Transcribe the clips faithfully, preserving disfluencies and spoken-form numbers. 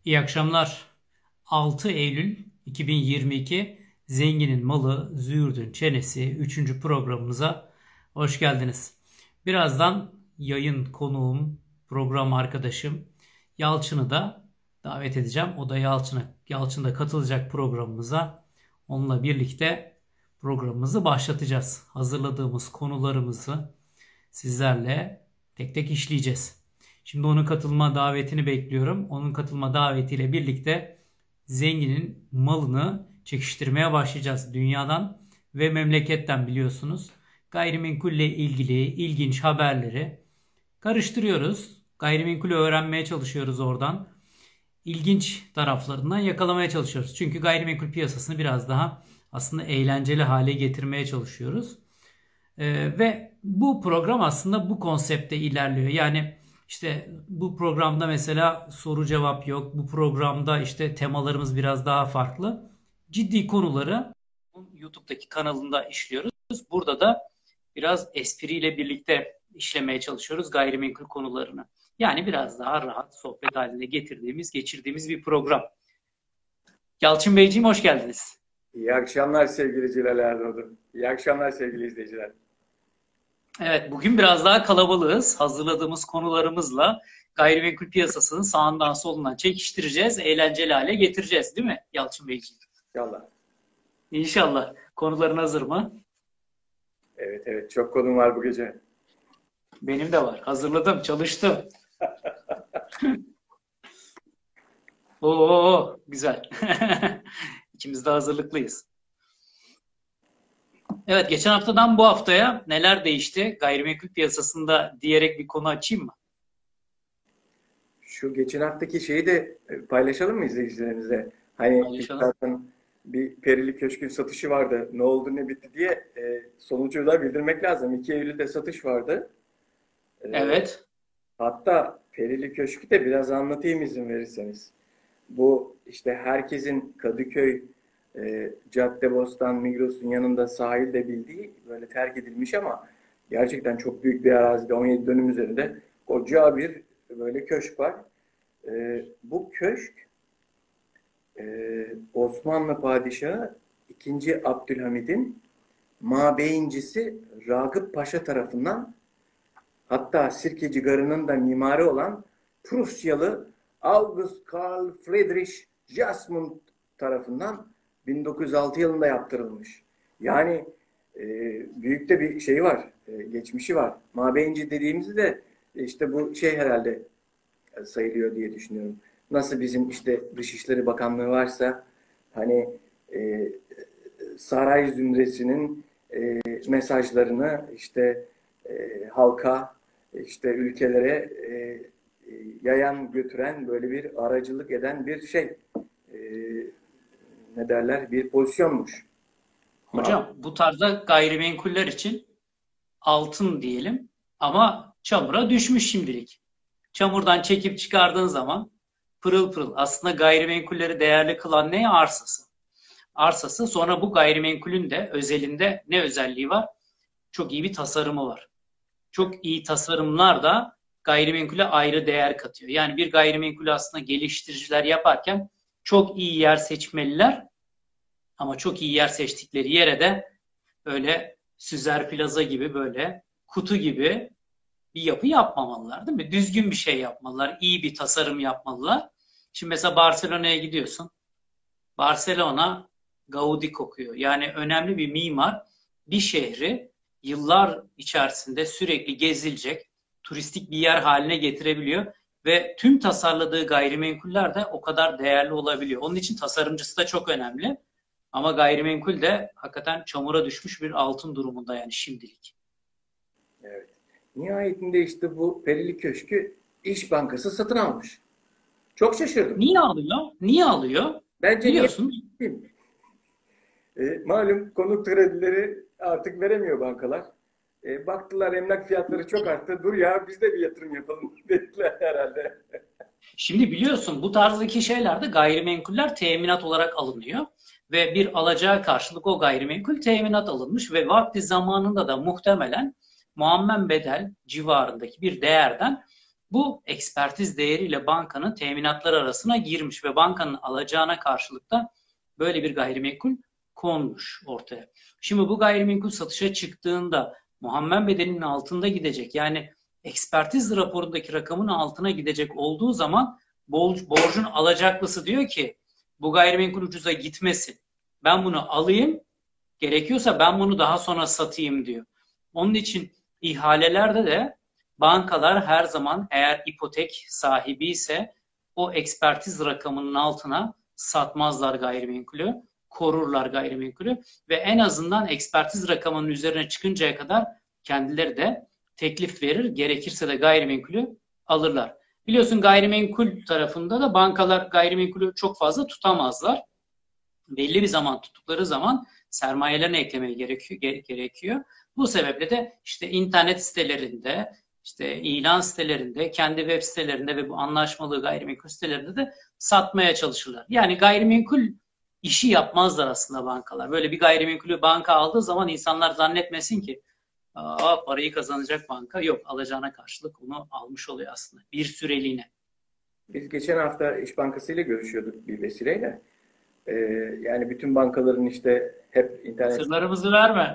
İyi akşamlar. altı Eylül iki bin yirmi iki Zenginin Malı, Züğürdün Çenesi üçüncü programımıza hoş geldiniz. Birazdan yayın konuğum, program arkadaşım Yalçın'ı da davet edeceğim. O da Yalçın'a, Yalçın da katılacak programımıza. Onunla birlikte programımızı başlatacağız. Hazırladığımız konularımızı sizlerle tek tek işleyeceğiz. Şimdi onun katılma davetini bekliyorum. Onun katılma davetiyle birlikte zenginin malını çekiştirmeye başlayacağız dünyadan ve memleketten biliyorsunuz. Gayrimenkulle ilgili ilginç haberleri karıştırıyoruz. Gayrimenkulü öğrenmeye çalışıyoruz oradan. İlginç taraflarından yakalamaya çalışıyoruz. Çünkü gayrimenkul piyasasını biraz daha aslında eğlenceli hale getirmeye çalışıyoruz. Ee, ve bu program aslında bu konsepte ilerliyor. Yani işte bu programda mesela soru cevap yok. Bu programda işte temalarımız biraz daha farklı. Ciddi konuları YouTube'daki kanalında işliyoruz. Burada da biraz espriyle birlikte işlemeye çalışıyoruz gayrimenkul konularını. Yani biraz daha rahat sohbet haline getirdiğimiz, geçirdiğimiz bir program. Yalçın Beyciğim hoş geldiniz. İyi akşamlar sevgili Celal Erdoğdu. İyi akşamlar sevgili izleyiciler. Evet, bugün biraz daha kalabalığız. Hazırladığımız konularımızla gayrimenkul piyasasını sağından solundan çekiştireceğiz, eğlenceli hale getireceğiz, değil mi Yalçın Beyciğim? İnşallah. İnşallah. Konuların hazır mı? Evet evet çok konum var bu gece. Benim de var. Hazırladım, çalıştım. Oo, güzel. İkimiz de hazırlıklıyız. Evet, geçen haftadan bu haftaya neler değişti gayrimenkul piyasasında diyerek bir konu açayım mı? Şu geçen haftaki şeyi de e, paylaşalım mı izleyicilerimizle? Hani Paylaşalım. zaten bir Perili Köşk'ün satışı vardı. Ne oldu ne bitti diye e, sonucu da bildirmek lazım. iki Eylül'de satış vardı. E, Evet. Hatta Perili Köşk'ü de biraz anlatayım izin verirseniz. Bu işte herkesin Kadıköy, e, Caddebostan, Migros'un yanında sahilde bildiği böyle terk edilmiş ama gerçekten çok büyük bir arazide on yedi dönüm üzerinde koca bir böyle köşk var. E, bu köşk e, Osmanlı Padişahı ikinci. Abdülhamid'in mabeyincisi Ragıp Paşa tarafından, hatta Sirkeci Garı'nın da mimarı olan Prusyalı August Karl Friedrich Jasmund tarafından bin dokuz yüz altı yılında yaptırılmış. Yani e, büyük de bir şey var, e, geçmişi var. Mabeyinci dediğimizde de işte bu şey herhalde sayılıyor diye düşünüyorum. Nasıl bizim işte Dışişleri Bakanlığı varsa hani e, saray zümresinin e, mesajlarını işte e, halka, işte ülkelere e, e, yayan götüren böyle bir aracılık eden bir şey, e, ne derler, bir pozisyonmuş. Hocam bu tarzda gayrimenkuller için altın diyelim ama çamura düşmüş şimdilik. Çamurdan çekip çıkardığın zaman pırıl pırıl. Aslında gayrimenkulleri değerli kılan ne? Arsası. Arsası. Sonra bu gayrimenkulün de özelinde ne özelliği var? Çok iyi bir tasarımı var. Çok iyi tasarımlar da gayrimenkule ayrı değer katıyor. Yani bir gayrimenkulü aslında geliştiriciler yaparken çok iyi yer seçmeliler ama çok iyi yer seçtikleri yere de öyle Süzer Plaza gibi böyle kutu gibi bir yapı yapmamalılar, değil mi? Düzgün bir şey yapmalılar, iyi bir tasarım yapmalılar. Şimdi mesela Barcelona'ya gidiyorsun. Barcelona Gaudi kokuyor. Yani önemli bir mimar bir şehri yıllar içerisinde sürekli gezilecek, turistik bir yer haline getirebiliyor ve tüm tasarladığı gayrimenkuller de o kadar değerli olabiliyor. Onun için tasarımcısı da çok önemli. Ama gayrimenkul de hakikaten çamura düşmüş bir altın durumunda yani şimdilik. Evet. Nihayetinde işte bu Perili Köşk'ü İş Bankası satın almış. Çok şaşırdım. Niye alıyor? Niye alıyor? Bence niye? Biliyorsun. E, malum konut kredileri artık veremiyor bankalar. E, baktılar emlak fiyatları çok arttı. Dur ya biz de bir yatırım yapalım dediler herhalde. Şimdi biliyorsun bu tarzdaki şeylerde gayrimenkuller teminat olarak alınıyor. Ve bir alacağı karşılık o gayrimenkul teminat alınmış ve vakti zamanında da muhtemelen muammen bedel civarındaki bir değerden Bu ekspertiz değeriyle bankanın teminatları arasına girmiş ve bankanın alacağına karşılık da böyle bir gayrimenkul konmuş ortaya. Şimdi bu gayrimenkul satışa çıktığında muammen bedelinin altında gidecek. Yani ekspertiz raporundaki rakamın altına gidecek olduğu zaman borcun alacaklısı diyor ki bu gayrimenkul ucuza gitmesin. Ben bunu alayım, gerekiyorsa ben bunu daha sonra satayım diyor. Onun için ihalelerde de bankalar her zaman eğer ipotek sahibi ise o ekspertiz rakamının altına satmazlar gayrimenkulü, korurlar gayrimenkulü ve en azından ekspertiz rakamının üzerine çıkıncaya kadar kendileri de teklif verir. Gerekirse de gayrimenkulü alırlar. Biliyorsun gayrimenkul tarafında da bankalar gayrimenkulü çok fazla tutamazlar. Belli bir zaman tuttukları zaman sermayelerini eklemeye gerekiyor. gerekiyor. Bu sebeple de işte internet sitelerinde, işte ilan sitelerinde, kendi web sitelerinde ve bu anlaşmalı gayrimenkul sitelerinde de satmaya çalışırlar. Yani gayrimenkul işi yapmazlar aslında bankalar. Böyle bir gayrimenkulü banka aldığı zaman insanlar zannetmesin ki Aa, parayı kazanacak banka. Yok, alacağına karşılık onu almış oluyor aslında bir süreliğine. Biz geçen hafta İş Bankası ile görüşüyorduk bir vesileyle. Ee, yani bütün bankaların işte hep internet Sırlarımızı verme.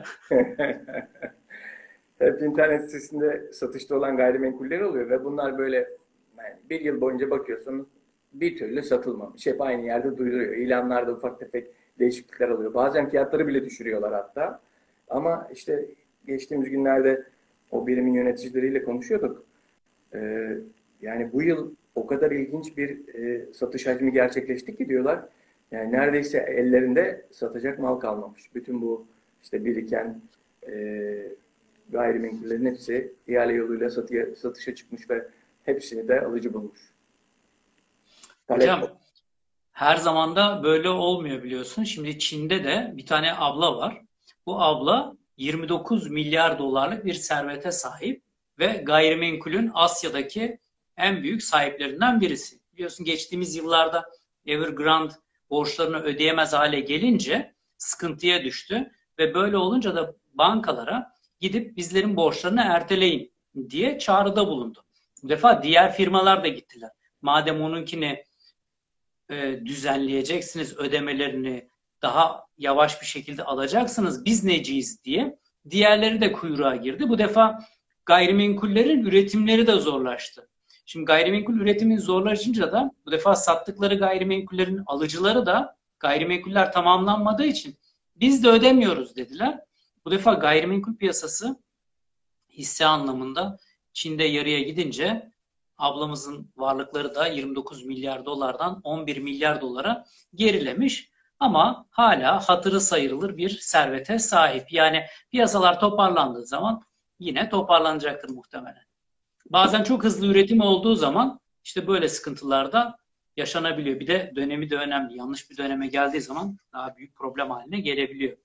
hep internet sitesinde satışta olan gayrimenkuller oluyor ve bunlar böyle yani bir yıl boyunca bakıyorsunuz bir türlü satılmamış. Hep aynı yerde duyuruyor. İlanlarda ufak tefek değişiklikler oluyor. Bazen fiyatları bile düşürüyorlar hatta. Ama işte geçtiğimiz günlerde o birimin yöneticileriyle konuşuyorduk. Ee, yani bu yıl o kadar ilginç bir e, satış hacmi gerçekleşti ki diyorlar. Yani neredeyse ellerinde satacak mal kalmamış. Bütün bu işte biriken e, gayrimenkullerin hepsi ihale yoluyla satıya, satışa çıkmış ve hepsini de alıcı bulmuş. Talep. Hocam her zaman da böyle olmuyor biliyorsun. Şimdi Çin'de de bir tane abla var. Bu abla yirmi dokuz milyar dolarlık bir servete sahip ve gayrimenkulün Asya'daki en büyük sahiplerinden birisi. Biliyorsun geçtiğimiz yıllarda Evergrande borçlarını ödeyemez hale gelince sıkıntıya düştü ve böyle olunca da bankalara gidip bizlerin borçlarını erteleyin diye çağrıda bulundu. Bu defa diğer firmalar da gittiler. Madem onunkini e, düzenleyeceksiniz, ödemelerini daha yavaş bir şekilde alacaksınız, biz neciyiz diye diğerleri de kuyruğa girdi. Bu defa gayrimenkullerin üretimleri de zorlaştı. Şimdi gayrimenkul üretimin zorlaşınca da bu defa sattıkları gayrimenkullerin alıcıları da gayrimenkuller tamamlanmadığı için biz de ödemiyoruz dediler. Bu defa gayrimenkul piyasası hisse anlamında Çin'de yarıya gidince ablamızın varlıkları da yirmi dokuz milyar dolardan on bir milyar dolara gerilemiş. Ama hala hatırı sayılır bir servete sahip. Yani piyasalar toparlandığı zaman yine toparlanacaktır muhtemelen. Bazen çok hızlı üretim olduğu zaman işte böyle sıkıntılar da yaşanabiliyor. Bir de dönemi de önemli. Yanlış bir döneme geldiği zaman daha büyük problem haline gelebiliyor.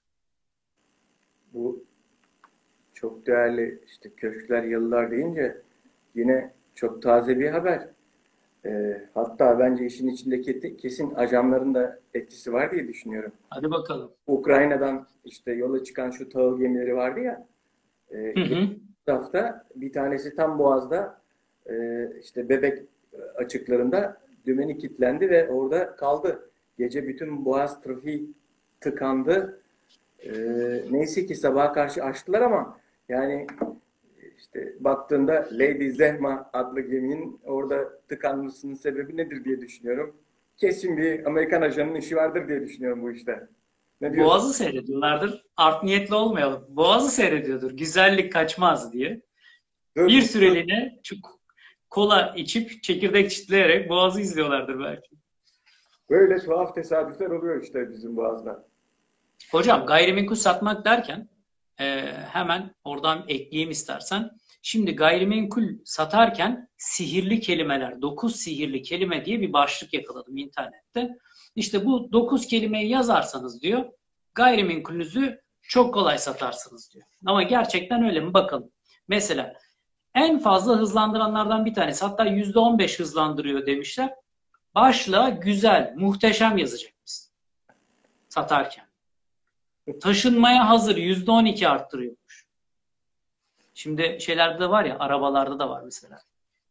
Bu çok değerli işte Köşkler Yalılar deyince yine çok taze bir haber. E, hatta bence işin içindeki kesin ajanların da etkisi var diye düşünüyorum. Hadi bakalım. Ukrayna'dan işte yola çıkan şu tahıl gemileri vardı ya. E, Hı hı. hafta bir tanesi tam Boğaz'da e, işte Bebek açıklarında dümeni kilitlendi ve orada kaldı. Gece bütün Boğaz trafiği tıkandı. E, neyse ki sabaha karşı açtılar ama yani işte baktığında Lady Zehma adlı geminin orada tıkanmasının sebebi nedir diye düşünüyorum. Kesin bir Amerikan ajanının işi vardır diye düşünüyorum bu işte. Ne diyorsun? Boğaz'ı seyrediyorlardır. Art niyetli olmayalım. Boğaz'ı seyrediyordur. Güzellik kaçmaz diye. Dur, Bir dur. süreliğine çok kola içip çekirdek çitleyerek Boğaz'ı izliyorlardır belki. Böyle tuhaf tesadüfler oluyor işte bizim Boğaz'da. Hocam gayrimenkul satmak derken e, hemen oradan ekleyeyim istersen. Şimdi gayrimenkul satarken sihirli kelimeler, dokuz sihirli kelime diye bir başlık yakaladım internette. İşte bu dokuz kelimeyi yazarsanız diyor, gayrimenkulünüzü çok kolay satarsınız diyor. Ama gerçekten öyle mi bakalım. Mesela en fazla hızlandıranlardan bir tanesi, hatta yüzde on beş hızlandırıyor demişler. Başlığa güzel, muhteşem yazacaksınız satarken. Taşınmaya hazır yüzde on iki arttırıyormuş. Şimdi şeylerde de var ya, arabalarda da var mesela.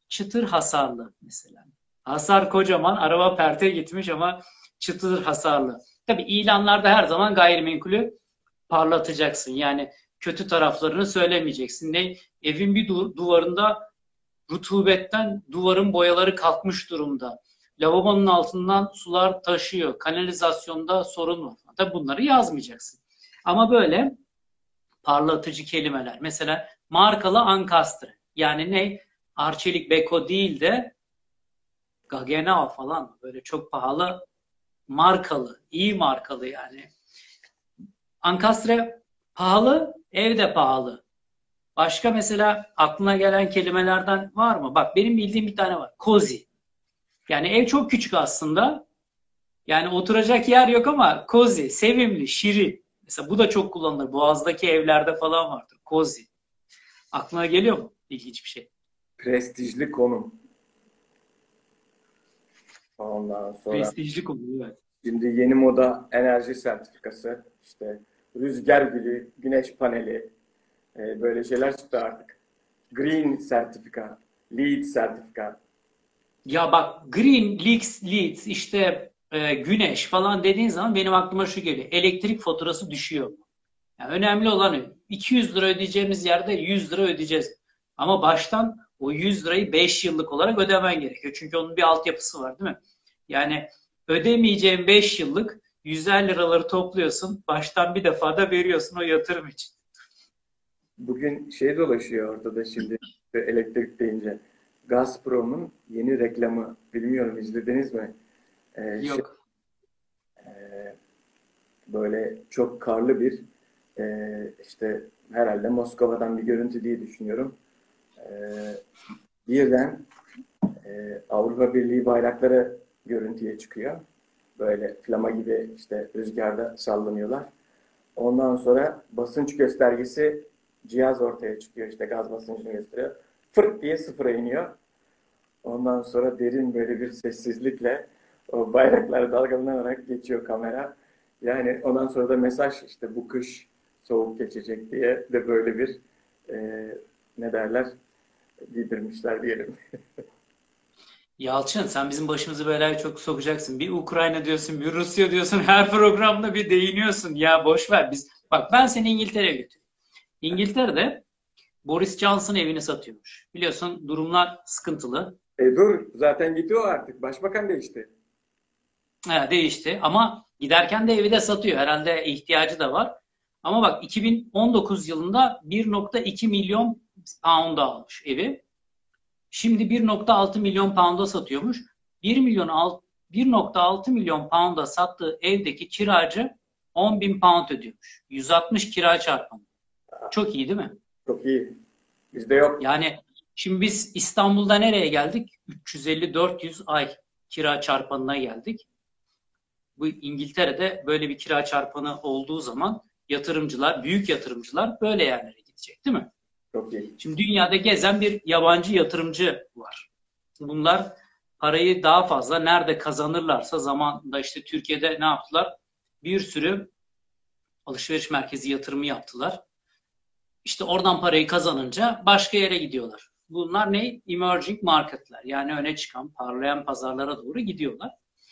çıtır hasarlı mesela. Hasar kocaman, araba perte gitmiş ama çıtır hasarlı. Tabii ilanlarda her zaman gayrimenkulü parlatacaksın. Yani kötü taraflarını söylemeyeceksin. Ne evin bir du- duvarında rutubetten duvarın boyaları kalkmış durumda. Lavabonun altından sular taşıyor. Kanalizasyonda sorun var. Tabii bunları yazmayacaksın. Ama böyle parlatıcı kelimeler. Mesela markalı ankastre. Yani ne? Arçelik Beko değil de Gaggenau falan. Böyle çok pahalı markalı. İyi markalı yani. Ankastre pahalı, ev de pahalı. Başka mesela aklına gelen kelimelerden var mı? Bak benim bildiğim bir tane var. Cozy. Yani ev çok küçük aslında. Yani oturacak yer yok ama cozy, sevimli, şirin. Mesela bu da çok kullanılır. Boğaz'daki evlerde falan vardır. Cozy. Aklına geliyor mu? İlginç bir şey. Prestijli konum. Ondan sonra Prestijli konu. Evet. şimdi yeni moda enerji sertifikası, işte rüzgar gülü, güneş paneli, e, böyle şeyler çıktı artık. Green sertifika, LEED sertifika. Ya bak Green, Leaks, Leads, işte e, güneş falan dediğin zaman benim aklıma şu geliyor. Elektrik faturası düşüyor. Yani önemli olan iki yüz lira ödeyeceğimiz yerde yüz lira ödeyeceğiz. Ama baştan o yüz lirayı beş yıllık olarak ödemen gerekiyor. Çünkü onun bir altyapısı var değil mi? Yani ödemeyeceğin beş yıllık yüz elli liraları topluyorsun. Baştan bir defa da veriyorsun o yatırım için. Bugün şey dolaşıyor ortada şimdi elektrik deyince. Gazprom'un yeni reklamı, bilmiyorum izlediniz mi? Ee, şey, Yok. böyle çok karlı bir e, işte herhalde Moskova'dan bir görüntü diye düşünüyorum. Ee, birden e, Avrupa Birliği bayrakları görüntüye çıkıyor. Böyle flama gibi işte rüzgarda sallanıyorlar. Ondan sonra basınç göstergesi cihaz ortaya çıkıyor. İşte gaz basıncını gösteriyor. Fırt diye sıfıra iniyor. Ondan sonra derin böyle bir sessizlikle o bayraklar dalgalanarak geçiyor kamera. Yani ondan sonra da mesaj işte bu kış soğuk geçecek diye de böyle bir e, ne derler giydirmişler diyelim. Yalçın sen bizim başımızı belaya çok sokacaksın. Bir Ukrayna diyorsun, bir Rusya diyorsun. Her programda bir değiniyorsun. Ya boş ver biz. Bak ben seni İngiltere'ye götürüyorum. İngiltere'de Boris Johnson evini satıyormuş. Biliyorsun durumlar sıkıntılı. E dur zaten gidiyor artık. Başbakan değişti. He, değişti ama giderken de evi de satıyor. Herhalde ihtiyacı da var. Ama bak iki bin on dokuz yılında bir nokta iki milyon pound'a almış evi. Şimdi bir nokta altı milyon pound'a satıyormuş. bir milyon bir nokta altı milyon pound'a sattığı evdeki kiracı on bin pound ödüyormuş. yüz altmış kira çarpanı. Çok iyi değil mi? Çok iyi. Bizde yok. Yani şimdi biz İstanbul'da nereye geldik? üç yüz elli dört yüz ay kira çarpanına geldik. Bu İngiltere'de böyle bir kira çarpanı olduğu zaman yatırımcılar, büyük yatırımcılar böyle yerlere gidecek, değil mi? Çok iyi. Şimdi dünyada gezen bir yabancı yatırımcı var. Bunlar parayı daha fazla nerede kazanırlarsa zamanında işte Türkiye'de ne yaptılar? Bir sürü alışveriş merkezi yatırımı yaptılar. İşte oradan parayı kazanınca başka yere gidiyorlar. Bunlar ne? Emerging marketler. Yani öne çıkan, parlayan pazarlara doğru gidiyorlar.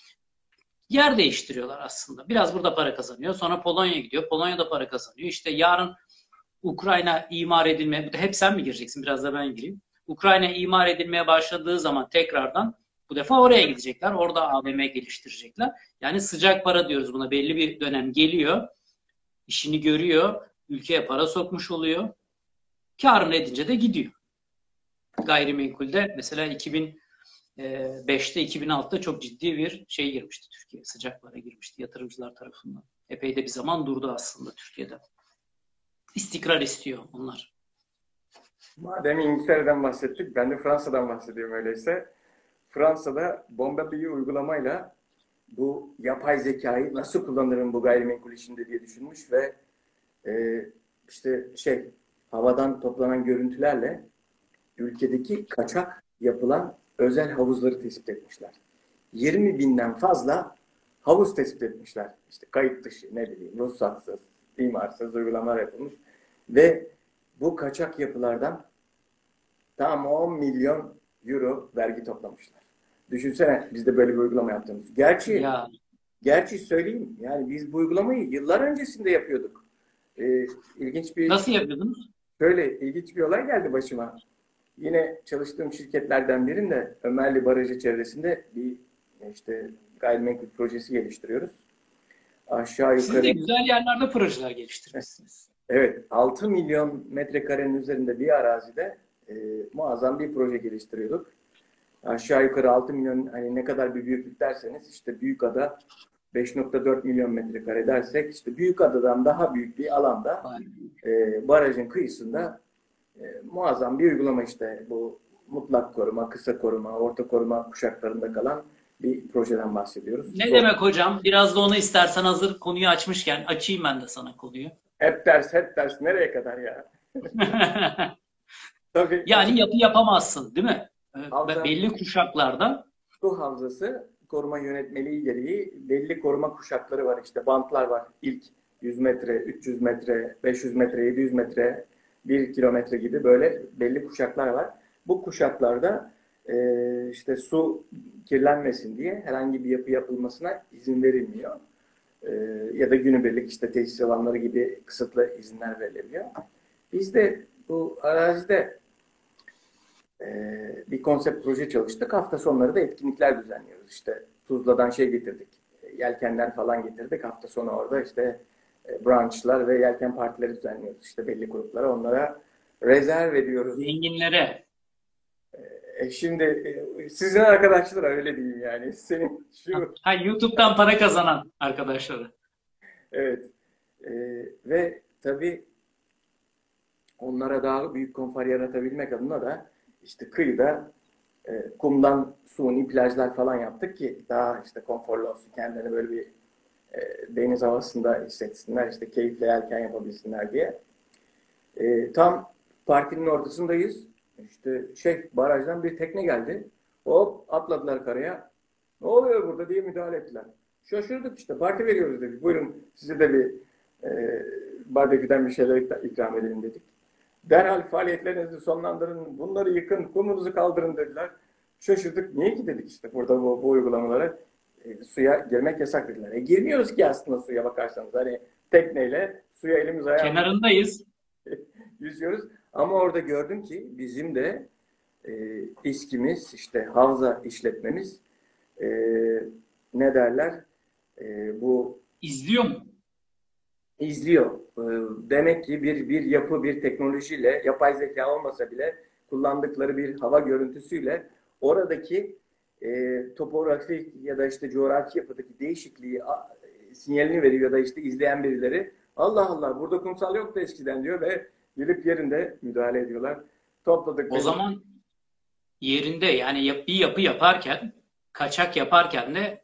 Yer değiştiriyorlar aslında. Biraz burada para kazanıyor. Sonra Polonya'ya gidiyor. Polonya'da para kazanıyor. İşte yarın Ukrayna imar edilmeye, hep sen mi gireceksin? Biraz da ben gireyim. Ukrayna imar edilmeye başladığı zaman tekrardan bu defa oraya gidecekler. Orada A V M geliştirecekler. Yani sıcak para diyoruz buna. Belli bir dönem geliyor. İşini görüyor. Ülkeye para sokmuş oluyor. Karını edince de gidiyor. Gayrimenkulde mesela iki bin beşte iki bin altıda çok ciddi bir şey girmişti Türkiye. Sıcak para girmişti yatırımcılar tarafından. Epey de bir zaman durdu aslında Türkiye'de. İstikrar istiyor onlar. Madem İngiltere'den bahsettik, ben de Fransa'dan bahsediyorum öyleyse. Fransa'da bomba bir uygulamayla bu yapay zekayı nasıl kullanırım bu gayrimenkul işinde diye düşünmüş ve e, işte şey havadan toplanan görüntülerle ülkedeki kaçak yapılan özel havuzları tespit etmişler. yirmi binden fazla havuz tespit etmişler. İşte kayıt dışı, ne bileyim, ruhsatsız, imarsız uygulamalar yapılmış. Ve bu kaçak yapılardan tam on milyon euro vergi toplamışlar. Düşünsene biz de böyle bir uygulama yaptığımız. Gerçi Ya gerçi söyleyeyim yani biz bu uygulamayı yıllar öncesinde yapıyorduk. Ee, ilginç bir nasıl yapıyordunuz? Şöyle ilginç bir olay geldi başıma. Yine çalıştığım şirketlerden birinde Ömerli Barajı çevresinde bir işte gayrimenkul projesi geliştiriyoruz. Aşağı Siz de yukarı güzel yerlerde projeler geliştirmişsiniz. evet altı milyon metrekarenin üzerinde bir arazide e, muazzam bir proje geliştiriyorduk. Aşağı yukarı altı milyon hani ne kadar bir büyüklük derseniz işte Büyükada beş nokta dört milyon metrekare dersek işte Büyükada'dan daha büyük bir alanda e, barajın kıyısında e, muazzam bir uygulama işte bu mutlak koruma, kısa koruma, orta koruma kuşaklarında kalan bir projeden bahsediyoruz. Ne Çok, demek hocam? Biraz da onu istersen hazır konuyu açmışken açayım ben de sana konuyu. hep ders, hep ders nereye kadar ya? Tabii Yani açık yapı yapamazsın, değil mi? Ee, havza, Belli kuşaklarda. su havzası koruma yönetmeliği gereği belli koruma kuşakları var. İşte bantlar var. İlk yüz metre, üç yüz metre, beş yüz metre, yedi yüz metre, bir kilometre gibi böyle belli kuşaklar var. Bu kuşaklarda e, işte su kirlenmesin diye herhangi bir yapı yapılmasına izin verilmiyor. E, ya da günübirlik işte tesis alanları gibi kısıtlı izinler verilebiliyor. Biz de bu arazide ee, bir konsept proje çalıştık. Hafta sonları da etkinlikler düzenliyoruz. İşte Tuzla'dan şey getirdik. Yelkenler falan getirdik. Hafta sonu orada işte e, brunchlar ve yelken partileri düzenliyoruz. İşte belli gruplara onlara rezerv ediyoruz. Zenginlere. E, şimdi e, sizin arkadaşlar öyle diyeyim yani. Senin şu Ha, YouTube'dan para kazanan arkadaşları. evet. E, ve tabii onlara daha büyük konfor yaratabilmek adına da işte kıyıda e, kumdan suni plajlar falan yaptık ki daha işte konforlu olsun. Kendilerini böyle bir e, deniz havasında hissetsinler, işte keyifle yelken yapabilsinler diye. E, tam partinin ortasındayız. İşte şey barajdan bir tekne geldi. Hop atladılar karaya. Ne oluyor burada diye müdahale ettiler. Şaşırdık işte parti veriyoruz dedik. Buyurun size de bir e, barbeküden bir şeyler ikram edelim dedik. Derhal faaliyetlerinizi sonlandırın, bunları yıkın, kumunuzu kaldırın dediler. Şaşırdık. Niye ki dedik işte burada bu, bu uygulamalara e, suya girmek yasak dediler. E girmiyoruz ki aslında suya bakarsanız. Hani tekneyle suya elimiz ayağımız Kenarındayız. yüzüyoruz. Ama orada gördüm ki bizim de e, İSKİ'miz, işte havza işletmemiz e, ne derler? E, bu İzliyor mu? izliyor. Ee, Demek ki bir bir yapı, bir teknolojiyle, yapay zeka olmasa bile kullandıkları bir hava görüntüsüyle oradaki e, topografik ya da işte coğrafi yapıdaki değişikliği a, sinyalini veriyor ya da işte izleyen birileri Allah Allah burada kumsal yoktu eskiden diyor ve gelip yerinde müdahale ediyorlar. Topladık O benim. zaman yerinde yani yap- bir yapı yaparken, kaçak yaparken de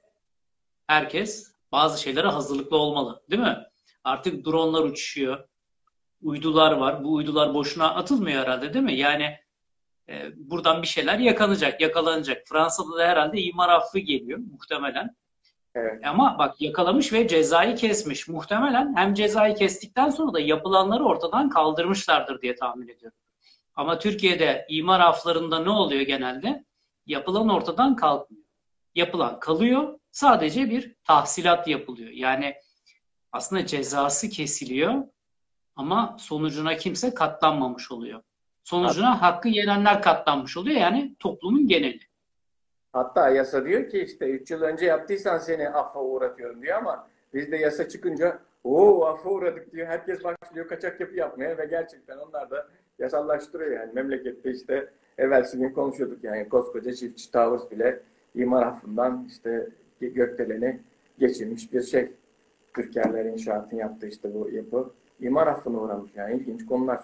herkes bazı şeylere hazırlıklı olmalı, değil mi? Artık dronlar uçuşuyor, uydular var. Bu uydular boşuna atılmıyor herhalde, değil mi? Yani e, buradan bir şeyler yakalanacak, yakalanacak. Fransa'da da herhalde imar affı geliyor muhtemelen. Evet, Ama bak yakalamış ve cezayı kesmiş. Muhtemelen hem cezayı kestikten sonra da yapılanları ortadan kaldırmışlardır diye tahmin ediyorum. Ama Türkiye'de imar aflarında ne oluyor genelde? Yapılan ortadan kalkmıyor. Yapılan kalıyor. Sadece bir tahsilat yapılıyor. Yani aslında cezası kesiliyor ama sonucuna kimse katlanmamış oluyor. Sonucuna hakkı yenenler katlanmış oluyor. Yani toplumun geneli. hatta yasa diyor ki işte üç yıl önce yaptıysan seni affa uğratıyorum diyor ama bizde yasa çıkınca o affa uğradık diyor. Herkes başlıyor kaçak yapı yapmaya ve gerçekten onlar da yasallaştırıyor yani. Memlekette işte evvelsi gün konuşuyorduk yani koskoca çiftçi tavır bile imar affından işte gökdeleni geçirmiş bir şey. Türkerler inşaatın yaptığı işte bu yapı imar affına uğramış yani ilginç konular.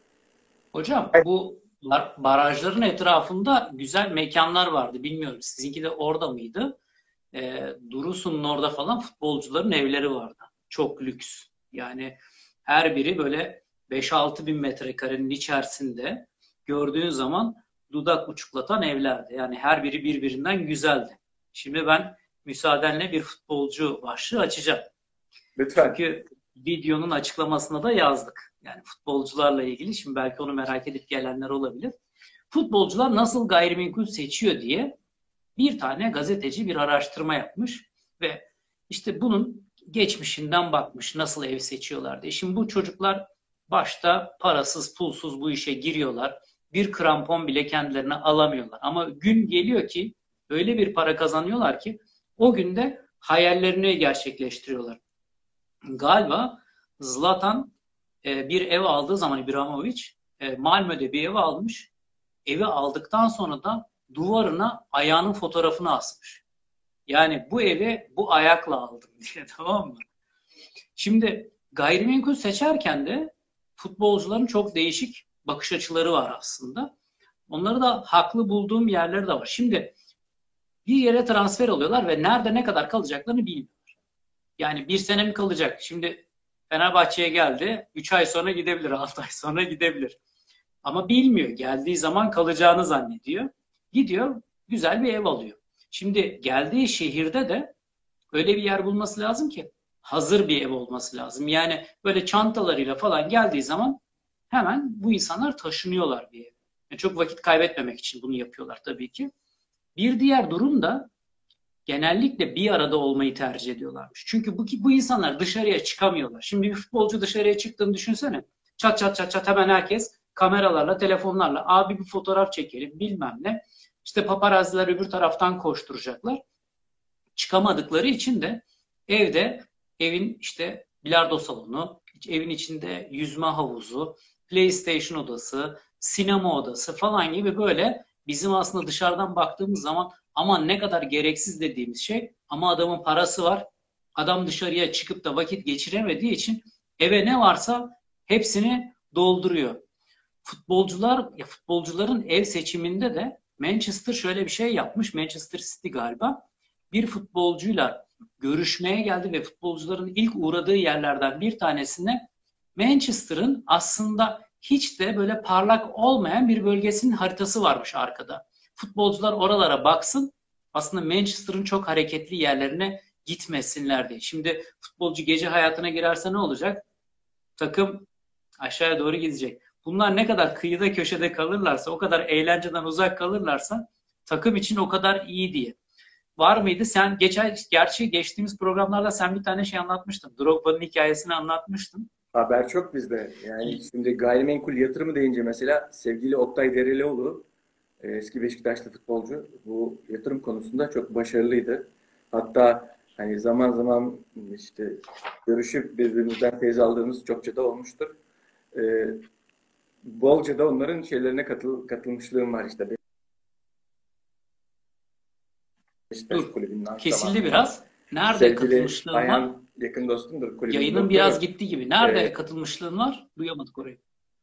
Hocam bu barajların etrafında güzel mekanlar vardı. Bilmiyorum sizinki de orada mıydı? E, Durusu'nun orada falan futbolcuların evleri vardı. Çok lüks. Yani her biri böyle beş altı bin metrekarenin içerisinde gördüğün zaman dudak uçuklatan evlerdi. Yani her biri birbirinden güzeldi. Şimdi ben müsaadenle bir futbolcu başlığı açacağım. Lütfen. Çünkü videonun açıklamasına da yazdık. Yani futbolcularla ilgili. Şimdi belki onu merak edip gelenler olabilir. Futbolcular nasıl gayrimenkul seçiyor diye bir tane gazeteci bir araştırma yapmış ve işte bunun geçmişinden bakmış nasıl ev seçiyorlar diye. Şimdi bu çocuklar başta parasız pulsuz bu işe giriyorlar. Bir krampon bile kendilerine alamıyorlar. Ama gün geliyor ki öyle bir para kazanıyorlar ki o günde hayallerini gerçekleştiriyorlar. Galiba Zlatan e, bir ev aldığı zaman İbrahimovic e, Malmö'de bir ev almış. Evi aldıktan sonra da duvarına ayağının fotoğrafını asmış. Yani bu evi bu ayakla aldım diye, tamam mı? Şimdi gayrimenkul seçerken de futbolcuların çok değişik bakış açıları var aslında. Onları da haklı bulduğum yerleri de var. Şimdi bir yere transfer oluyorlar ve nerede ne kadar kalacaklarını bilmiyorlar. Yani bir sene mi kalacak? Şimdi Fenerbahçe'ye geldi. Üç ay sonra gidebilir, altı ay sonra gidebilir. Ama bilmiyor. Geldiği zaman kalacağını zannediyor. Gidiyor, güzel bir ev alıyor. Şimdi geldiği şehirde de öyle bir yer bulması lazım ki hazır bir ev olması lazım. Yani böyle çantalarıyla falan geldiği zaman hemen bu insanlar taşınıyorlar bir eve. Yani çok vakit kaybetmemek için bunu yapıyorlar tabii ki. Bir diğer durum da genellikle bir arada olmayı tercih ediyorlarmış. Çünkü bu, bu insanlar dışarıya çıkamıyorlar. Şimdi bir futbolcu dışarıya çıktığını düşünsene. Çat çat çat çat hemen herkes kameralarla, telefonlarla abi bir fotoğraf çekelim bilmem ne. İşte paparazziler öbür taraftan koşturacaklar. Çıkamadıkları için de evde evin işte bilardo salonu, evin içinde yüzme havuzu, PlayStation odası, sinema odası falan gibi böyle bizim aslında dışarıdan baktığımız zaman aman ne kadar gereksiz dediğimiz şey ama adamın parası var. Adam dışarıya çıkıp da vakit geçiremediği için eve ne varsa hepsini dolduruyor. Futbolcular ya futbolcuların ev seçiminde de Manchester şöyle bir şey yapmış. Manchester City galiba bir futbolcuyla görüşmeye geldi ve futbolcuların ilk uğradığı yerlerden bir tanesine Manchester'ın aslında hiç de böyle parlak olmayan bir bölgesinin haritası varmış arkada. Futbolcular oralara baksın, aslında Manchester'ın çok hareketli yerlerine gitmesinler diye. Şimdi futbolcu gece hayatına girerse ne olacak? Takım aşağıya doğru gidecek. Bunlar ne kadar kıyıda köşede kalırlarsa, o kadar eğlenceden uzak kalırlarsa takım için o kadar iyi diye. Var mıydı? Sen geçen, gerçi geçtiğimiz programlarda sen bir tane şey anlatmıştın. Drogba'nın hikayesini anlatmıştın. Haber çok bizde. Yani şimdi gayrimenkul yatırımı deyince mesela sevgili Oktay Derelioğlu, eski Beşiktaşlı futbolcu, bu yatırım konusunda çok başarılıydı. Hatta hani zaman zaman işte görüşüp birbirimizden feyz aldığımız çokça da olmuştur. Ee, bolca da onların şeylerine katıl, katılmışlığım var işte. Beşiktaş Dur. kulübünün Kesildi antrenmanı. biraz. Nerede Sevgili katılmışlığın var? Ayhan yakın dostumdur. Kulübün Yayının doktoru. biraz gitti gibi. Nerede Ee, katılmışlığın var? Duyamadık orayı.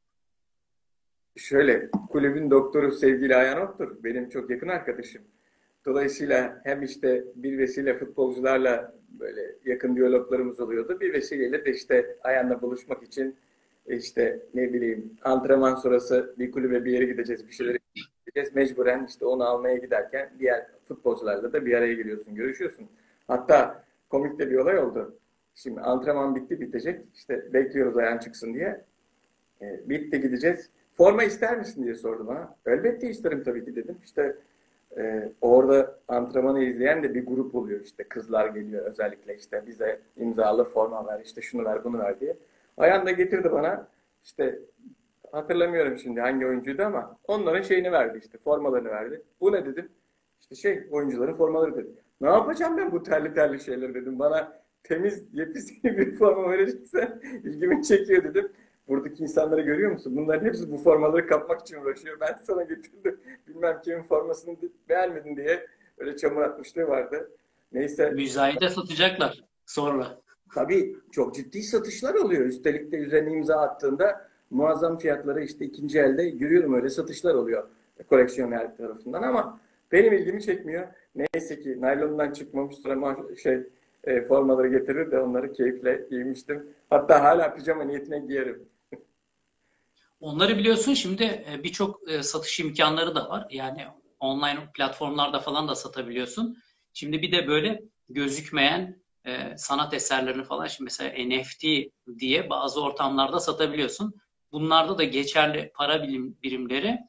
Şöyle, kulübün doktoru sevgili Ayhan Oktur. Benim çok yakın arkadaşım. Dolayısıyla hem işte bir vesile futbolcularla böyle yakın diyaloglarımız oluyordu. Bir vesileyle de işte Ayhan'la buluşmak için işte ne bileyim antrenman sonrası bir kulübe bir yere gideceğiz, bir şeyler gideceğiz. Mecburen işte onu almaya giderken diğer futbolcularla da bir araya geliyorsun, görüşüyorsun. Hatta komik de bir olay oldu. Şimdi antrenman bitti bitecek. İşte bekliyoruz Ayhan çıksın diye. E, bitti gideceğiz. Forma ister misin diye sordu bana. Elbette isterim tabii ki dedim. İşte e, orada antrenmanı izleyen de bir grup oluyor. İşte kızlar geliyor özellikle işte bize imzalı forma ver, işte şunu ver, bunu ver diye. Ayhan da getirdi bana. İşte hatırlamıyorum şimdi hangi oyuncuydu ama onların şeyini verdi işte formalarını verdi. Bu ne dedim? İşte şey oyuncuların formaları dedi. Ne yapacağım ben bu terli terli şeyleri dedim. Bana temiz, yepyeni bir forma vereceksen ilgimi çekiyor dedim. Buradaki insanları görüyor musun? Bunların hepsi bu formaları kapmak için uğraşıyor. Ben sana getirdim. Bilmem kimin formasını beğenmedin diye öyle çamur atmışlığı vardı. Neyse. Müzayede satacaklar sonra. Tabii çok ciddi satışlar oluyor. Üstelik de üzerine imza attığında muazzam fiyatları işte ikinci elde görüyorum öyle satışlar oluyor koleksiyoner tarafından ama benim ilgimi çekmiyor. Neyse ki naylondan çıkmamıştır ama şey e, formaları getirir de onları keyifle giymiştim. Hatta hala pijama niyetine giyerim. Onları biliyorsun şimdi e, birçok e, satış imkanları da var. Yani online platformlarda falan da satabiliyorsun. Şimdi bir de böyle gözükmeyen e, sanat eserlerini falan şimdi mesela N F T diye bazı ortamlarda satabiliyorsun. Bunlarda da geçerli para birim, birimleri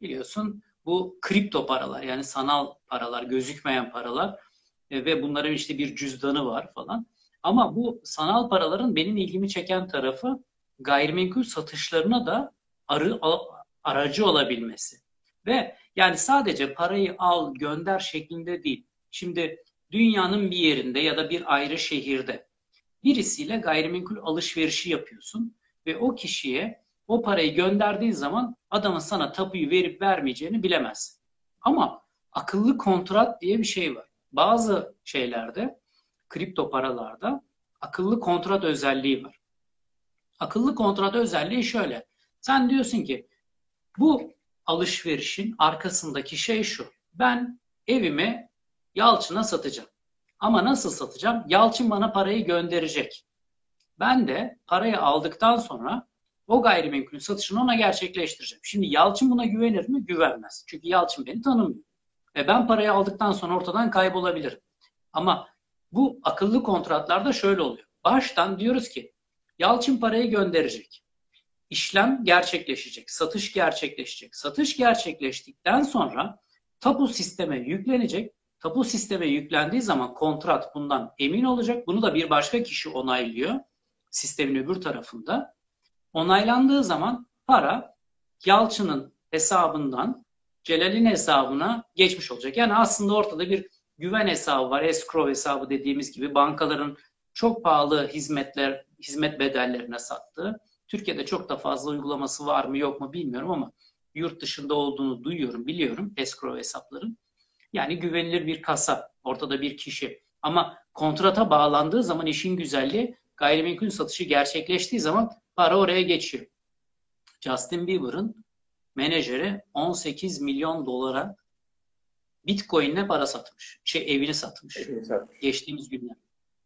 biliyorsun bu kripto paralar, yani sanal paralar, gözükmeyen paralar e, ve bunların işte bir cüzdanı var falan. Ama bu sanal paraların benim ilgimi çeken tarafı gayrimenkul satışlarına da arı, aracı olabilmesi. Ve yani sadece parayı al, gönder şeklinde değil. Şimdi dünyanın bir yerinde ya da bir ayrı şehirde birisiyle gayrimenkul alışverişi yapıyorsun ve o kişiye o parayı gönderdiğin zaman adamın sana tapuyu verip vermeyeceğini bilemezsin. Ama akıllı kontrat diye bir şey var. Bazı şeylerde, kripto paralarda akıllı kontrat özelliği var. Akıllı kontrat özelliği şöyle. Sen diyorsun ki bu alışverişin arkasındaki şey şu. Ben evimi Yalçın'a satacağım. Ama nasıl satacağım? Yalçın bana parayı gönderecek. Ben de parayı aldıktan sonra o gayrimenkulün satışını ona gerçekleştireceğim. Şimdi Yalçın buna güvenir mi? Güvenmez. Çünkü Yalçın beni tanımıyor. Ve ben parayı aldıktan sonra ortadan kaybolabilirim. Ama bu akıllı kontratlarda şöyle oluyor. Baştan diyoruz ki Yalçın parayı gönderecek. İşlem gerçekleşecek, satış gerçekleşecek. Satış gerçekleştikten sonra tapu sisteme yüklenecek. Tapu sisteme yüklendiği zaman kontrat bundan emin olacak. Bunu da bir başka kişi onaylıyor sistemin öbür tarafında. Onaylandığı zaman para Yalçın'ın hesabından Celal'in hesabına geçmiş olacak. Yani aslında ortada bir güven hesabı var. Escrow hesabı dediğimiz gibi bankaların çok pahalı hizmetler, hizmet bedellerine sattığı. Türkiye'de çok da fazla uygulaması var mı yok mu bilmiyorum ama yurt dışında olduğunu duyuyorum, biliyorum escrow hesapların. Yani güvenilir bir kasa, ortada bir kişi. Ama kontrata bağlandığı zaman işin güzelliği gayrimenkul satışı gerçekleştiği zaman para oraya geçiyor. Justin Bieber'ın menajeri on sekiz milyon dolara Bitcoin'le para satmış. Şey evini satmış. Evini satmış. Geçtiğimiz günler.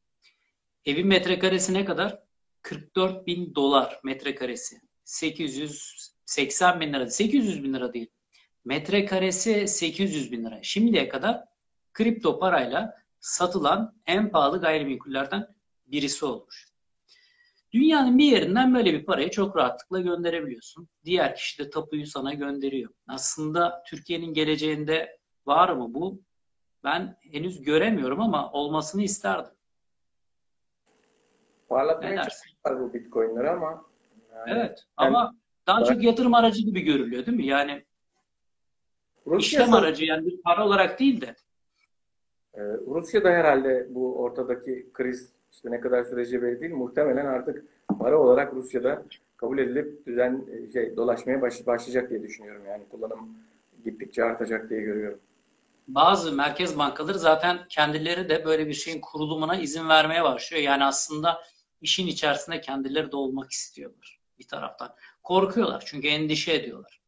Evin metrekaresi ne kadar? kırk dört bin dolar metrekaresi. sekiz yüz seksen bin lira. sekiz yüz bin lira değil. Metrekaresi sekiz yüz bin lira. Şimdiye kadar kripto parayla satılan en pahalı gayrimenkullerden birisi olmuş. Dünyanın bir yerinden böyle bir parayı çok rahatlıkla gönderebiliyorsun. Diğer kişi de tapuyu sana gönderiyor. Aslında Türkiye'nin geleceğinde var mı bu? Ben henüz göremiyorum ama olmasını isterdim. Parlatmaya çalışıyorlar bu Bitcoin'leri ama yani, evet ama daha çok yatırım aracı gibi görülüyor değil mi? Yani Rusya işlem aracı, yani bir para olarak değil de. Ee, Rusya'da herhalde bu ortadaki kriz işte ne kadar süreci belli değil. Muhtemelen artık para olarak Rusya'da kabul edilip düzen şey dolaşmaya baş, başlayacak diye düşünüyorum. Yani kullanım gittikçe artacak diye görüyorum. Bazı merkez bankaları zaten kendileri de böyle bir şeyin kurulumuna izin vermeye başlıyor. Yani aslında işin içerisinde kendileri de olmak istiyorlar bir taraftan. Korkuyorlar çünkü endişe ediyorlar.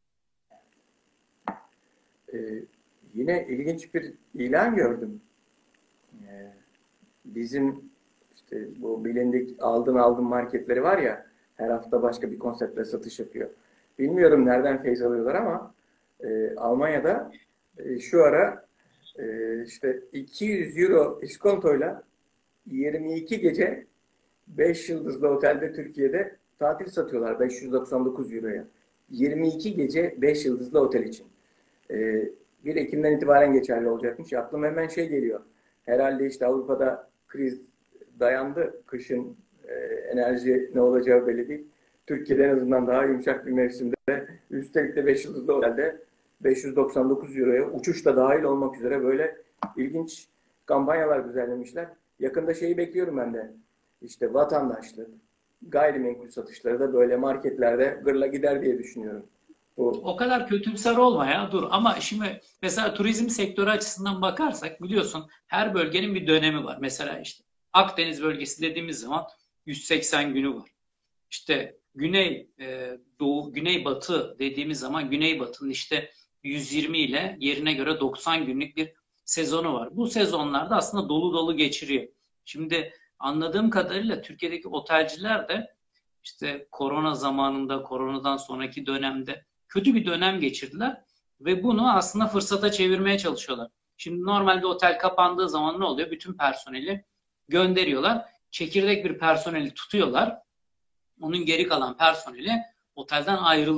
Ee, yine ilginç bir ilan gördüm. Ee, bizim işte bu bilindik aldın aldın marketleri var ya, her hafta başka bir konseptle satış yapıyor. Bilmiyorum nereden feyz alıyorlar ama e, Almanya'da e, şu ara e, işte iki yüz euro iskontoyla yirmi iki gece beş yıldızlı otelde Türkiye'de tatil satıyorlar beş yüz doksan dokuz euroya. yirmi iki gece beş yıldızlı otel için. Ee, bir Ekim'den itibaren geçerli olacakmış. Aklıma hemen şey geliyor. Herhalde işte Avrupa'da kriz dayandı. Kışın e, enerji ne olacağı belli değil. Türkiye'de en azından daha yumuşak bir mevsimde, üstelik de beş yıldızlı otelde beş yüz doksan dokuz euroya, uçuş da dahil olmak üzere böyle ilginç kampanyalar düzenlemişler. Yakında şeyi bekliyorum ben de. İşte vatandaşlık, gayrimenkul satışları da böyle marketlerde gırla gider diye düşünüyorum. Bu. O kadar kötümser olma ya, dur. Ama şimdi mesela turizm sektörü açısından bakarsak biliyorsun her bölgenin bir dönemi var. Mesela işte Akdeniz bölgesi dediğimiz zaman yüz seksen günü var. İşte Güney e, Doğu, Güneybatı dediğimiz zaman Güneybatı'nın işte yüz yirmi ile yerine göre doksan günlük bir sezonu var. Bu sezonlarda aslında dolu dolu geçiriyor. Şimdi anladığım kadarıyla Türkiye'deki otelciler de işte korona zamanında, koronadan sonraki dönemde kötü bir dönem geçirdiler ve bunu aslında fırsata çevirmeye çalışıyorlar. Şimdi normalde otel kapandığı zaman ne oluyor? Bütün personeli gönderiyorlar. Çekirdek bir personeli tutuyorlar. Onun geri kalan personeli otelden ayrılıyor.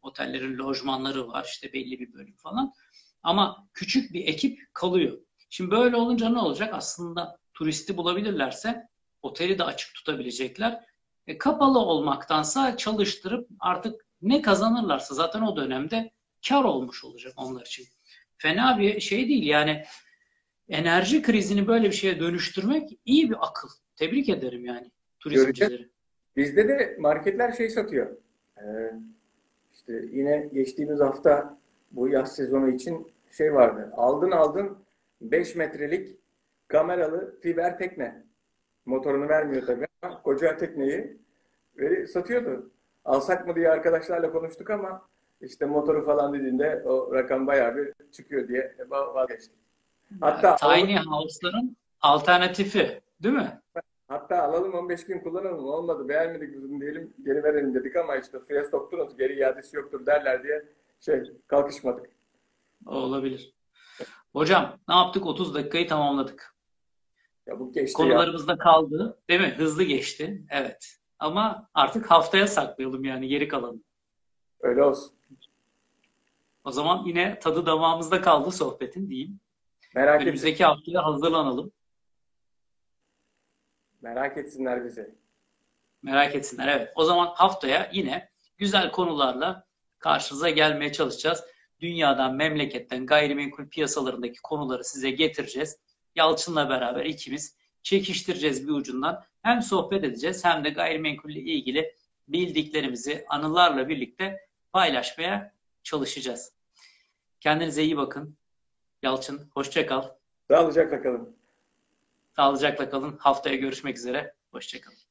Otellerin lojmanları var, işte belli bir bölüm falan. Ama küçük bir ekip kalıyor. Şimdi böyle olunca ne olacak? Aslında turisti bulabilirlerse oteli de açık tutabilecekler. E, kapalı olmaktansa çalıştırıp artık ne kazanırlarsa zaten o dönemde kar olmuş olacak onlar için. Fena bir şey değil yani, enerji krizini böyle bir şeye dönüştürmek iyi bir akıl. Tebrik ederim yani Göreceğiz. turizmcileri. Bizde de marketler şey satıyor. Ee, işte yine geçtiğimiz hafta bu yaz sezonu için şey vardı. Aldın aldın beş metrelik kameralı fiber tekne. Motorunu vermiyor tabii ama koca tekneyi veri satıyordu. Alsak mı diye arkadaşlarla konuştuk ama işte motoru falan dediğinde o rakam bayağı bir çıkıyor diye vazgeçtik. Yani Hatta alalım, tiny house'ların alternatifi, değil mi? hatta alalım on beş gün kullanalım olmadı beğenmedik bizim diyelim geri verelim dedik ama işte suya soktunuz geri iadesi yoktur derler diye şey kalkışmadık. O olabilir. Hocam ne yaptık? otuz dakikayı tamamladık. Ya bu geçti ya. Konularımız da kaldı, değil mi? Hızlı geçti. Evet. Ama artık haftaya saklayalım yani geri kalanı. Öyle olsun. O zaman yine tadı damağımızda kaldı sohbetin diyeyim. Merak etsin. Önümüzdeki haftaya hazırlanalım. Merak etsinler bizi. Merak etsinler. Evet. O zaman haftaya yine güzel konularla karşınıza gelmeye çalışacağız. Dünyadan, memleketten, gayrimenkul piyasalarındaki konuları size getireceğiz. Yalçın'la beraber ikimiz çekiştireceğiz bir ucundan. Hem sohbet edeceğiz hem de gayrimenkulle ilgili bildiklerimizi anılarla birlikte paylaşmaya çalışacağız. Kendinize iyi bakın. Yalçın, hoşça kal. Sağlıcakla kalın. Sağlıcakla kalın. Haftaya görüşmek üzere. Hoşça kalın.